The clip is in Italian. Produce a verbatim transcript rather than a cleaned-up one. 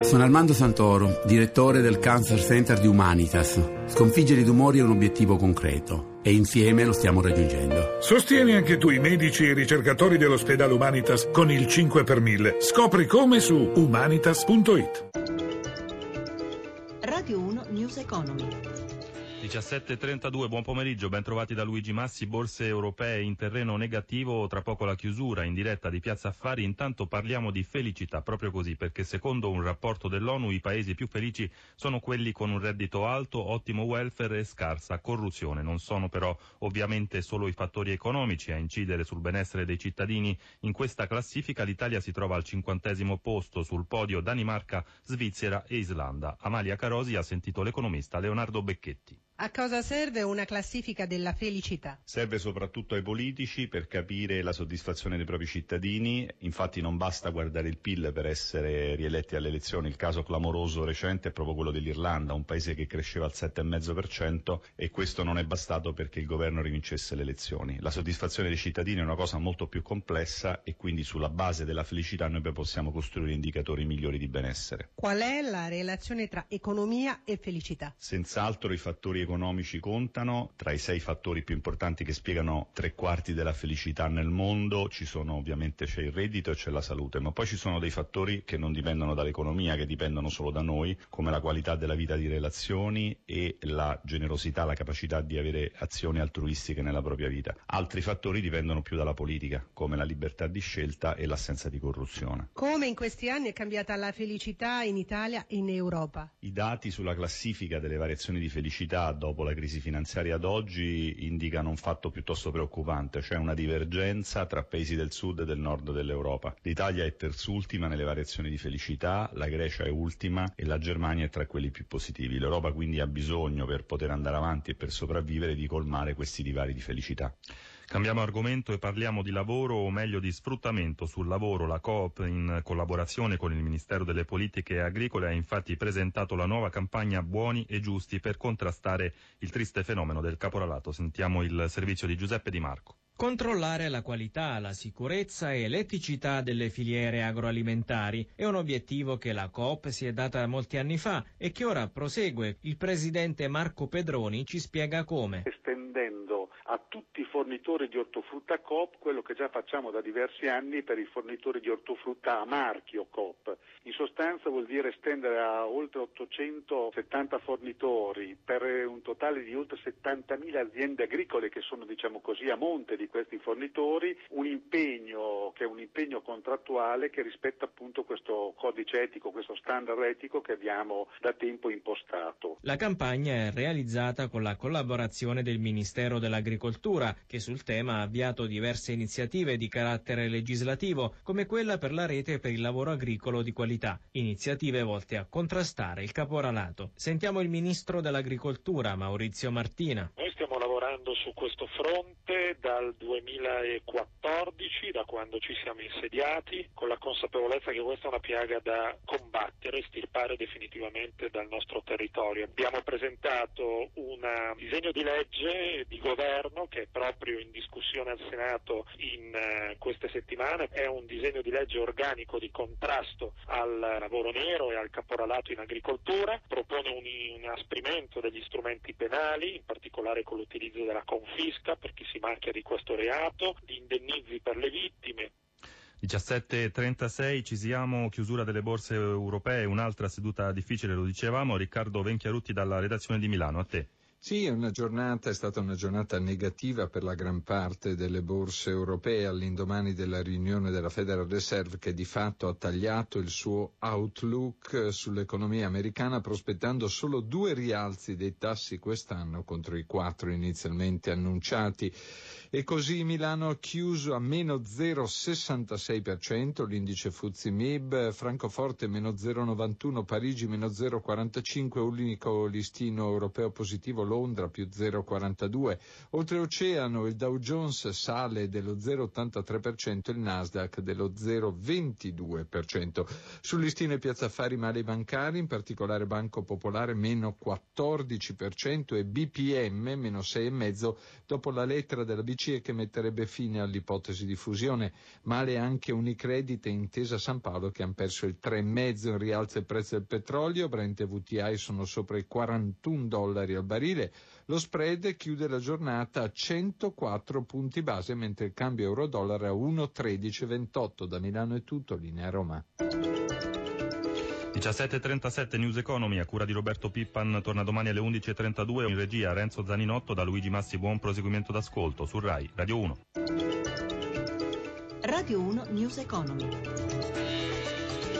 Sono Armando Santoro, direttore del Cancer Center di Humanitas. Sconfiggere i tumori è un obiettivo concreto e insieme lo stiamo raggiungendo. Sostieni anche tu i medici e i ricercatori dell'ospedale Humanitas con il cinque per mille. Scopri come su humanitas punto it. Radio uno News Economy. diciassette e trentadue, buon pomeriggio, ben trovati da Luigi Massi. Borse europee in terreno negativo, tra poco la chiusura in diretta di Piazza Affari. Intanto parliamo di felicità, proprio così, perché secondo un rapporto dell'ONU i paesi più felici sono quelli con un reddito alto, ottimo welfare e scarsa corruzione. Non sono però ovviamente solo i fattori economici a incidere sul benessere dei cittadini. In questa classifica l'Italia si trova al cinquantesimo posto, sul podio Danimarca, Svizzera e Islanda. Amalia Carosi ha sentito l'economista Leonardo Becchetti. A cosa serve una classifica della felicità? Serve soprattutto ai politici per capire la soddisfazione dei propri cittadini. Infatti non basta guardare il P I L per essere rieletti alle elezioni. Il caso clamoroso recente è proprio quello dell'Irlanda, un paese che cresceva al sette virgola cinque per cento, e questo non è bastato perché il governo rivincesse le elezioni. La soddisfazione dei cittadini è una cosa molto più complessa e quindi sulla base della felicità noi poi possiamo costruire indicatori migliori di benessere. Qual è la relazione tra economia e felicità? Senz'altro i fattori economici contano. Tra i sei fattori più importanti che spiegano tre quarti della felicità nel mondo ci sono ovviamente c'è il reddito e c'è la salute, ma poi ci sono dei fattori che non dipendono dall'economia, che dipendono solo da noi, come la qualità della vita di relazioni e la generosità, la capacità di avere azioni altruistiche nella propria vita. Altri fattori dipendono più dalla politica, come la libertà di scelta e l'assenza di corruzione. Come in questi anni è cambiata la felicità in Italia e in Europa? I dati sulla classifica delle variazioni di felicità dopo la crisi finanziaria ad oggi indicano un fatto piuttosto preoccupante, cioè una divergenza tra paesi del sud e del nord dell'Europa. L'Italia è terzultima nelle variazioni di felicità, la Grecia è ultima e la Germania è tra quelli più positivi. L'Europa quindi ha bisogno, per poter andare avanti e per sopravvivere, di colmare questi divari di felicità. Cambiamo argomento e parliamo di lavoro, o meglio di sfruttamento sul lavoro. La Coop, in collaborazione con il Ministero delle Politiche Agricole, ha infatti presentato la nuova campagna Buoni e Giusti per contrastare il triste fenomeno del caporalato. Sentiamo il servizio di Giuseppe Di Marco. Controllare la qualità, la sicurezza e l'eticità delle filiere agroalimentari è un obiettivo che la Coop si è data molti anni fa e che ora prosegue. Il presidente Marco Pedroni ci spiega come. Estendendo a tutti i fornitori di ortofrutta Coop quello che già facciamo da diversi anni per i fornitori di ortofrutta a marchio Coop. In sostanza vuol dire estendere a oltre ottocentosettanta fornitori per un totale di oltre settantamila aziende agricole che sono, diciamo così, a monte di questi fornitori, un impegno che è un impegno contrattuale che rispetta appunto questo codice etico, questo standard etico che abbiamo da tempo impostato. La campagna è realizzata con la collaborazione del Ministero dell'Agricoltura, che sul tema ha avviato diverse iniziative di carattere legislativo, come quella per la rete per il lavoro agricolo di qualità, iniziative volte a contrastare il caporalato. Sentiamo il Ministro dell'Agricoltura, Maurizio Martina. Noi stiamo lavorando su questo fronte dal duemilaquattordici, da quando ci siamo insediati, con la consapevolezza che questa è una piaga da combattere, estirpare definitivamente dal nostro territorio. Abbiamo presentato un disegno di legge di governo che è proprio in discussione al Senato in uh, queste settimane. È un disegno di legge organico di contrasto al lavoro nero e al caporalato in agricoltura, propone un inasprimento degli strumenti penali, in particolare con l'utilizzo della confisca per chi si macchia di questo reato, di indennizi per le vittime. diciassette e trentasei, ci siamo, chiusura delle borse europee, un'altra seduta difficile, lo dicevamo. Riccardo Venchiarutti dalla redazione di Milano, a te. Sì, è una giornata, è stata una giornata negativa per la gran parte delle borse europee all'indomani della riunione della Federal Reserve, che di fatto ha tagliato il suo outlook sull'economia americana, prospettando solo due rialzi dei tassi quest'anno contro i quattro inizialmente annunciati. E così Milano ha chiuso a meno zero virgola sessantasei per cento, l'indice Fuzzi M I B, Francoforte meno zero virgola novantuno, Parigi meno zero virgola quarantacinque, l'unico listino europeo positivo Londra più zero virgola quarantadue. Oltreoceano il Dow Jones sale dello zero virgola ottantatré per cento, il Nasdaq dello zero virgola ventidue per cento. Sul listino Piazza Affari male bancari, in particolare Banco Popolare meno quattordici per cento e B P M meno sei virgola cinque per cento dopo la lettera della B C E che metterebbe fine all'ipotesi di fusione. Male anche Unicredit e Intesa San Paolo che hanno perso il tre virgola cinque per cento. In rialzo il prezzo del petrolio, Brent e W T I sono sopra i quarantuno dollari al barile. Lo spread chiude la giornata a centoquattro punti base, mentre il cambio euro-dollaro è a uno virgola tredici ventotto. Da Milano è tutto, linea Roma. diciassette e trentasette News Economy a cura di Roberto Pippan torna domani alle undici e trentadue. In regia Renzo Zaninotto, da Luigi Massi buon proseguimento d'ascolto su Rai Radio uno. Radio uno News Economy.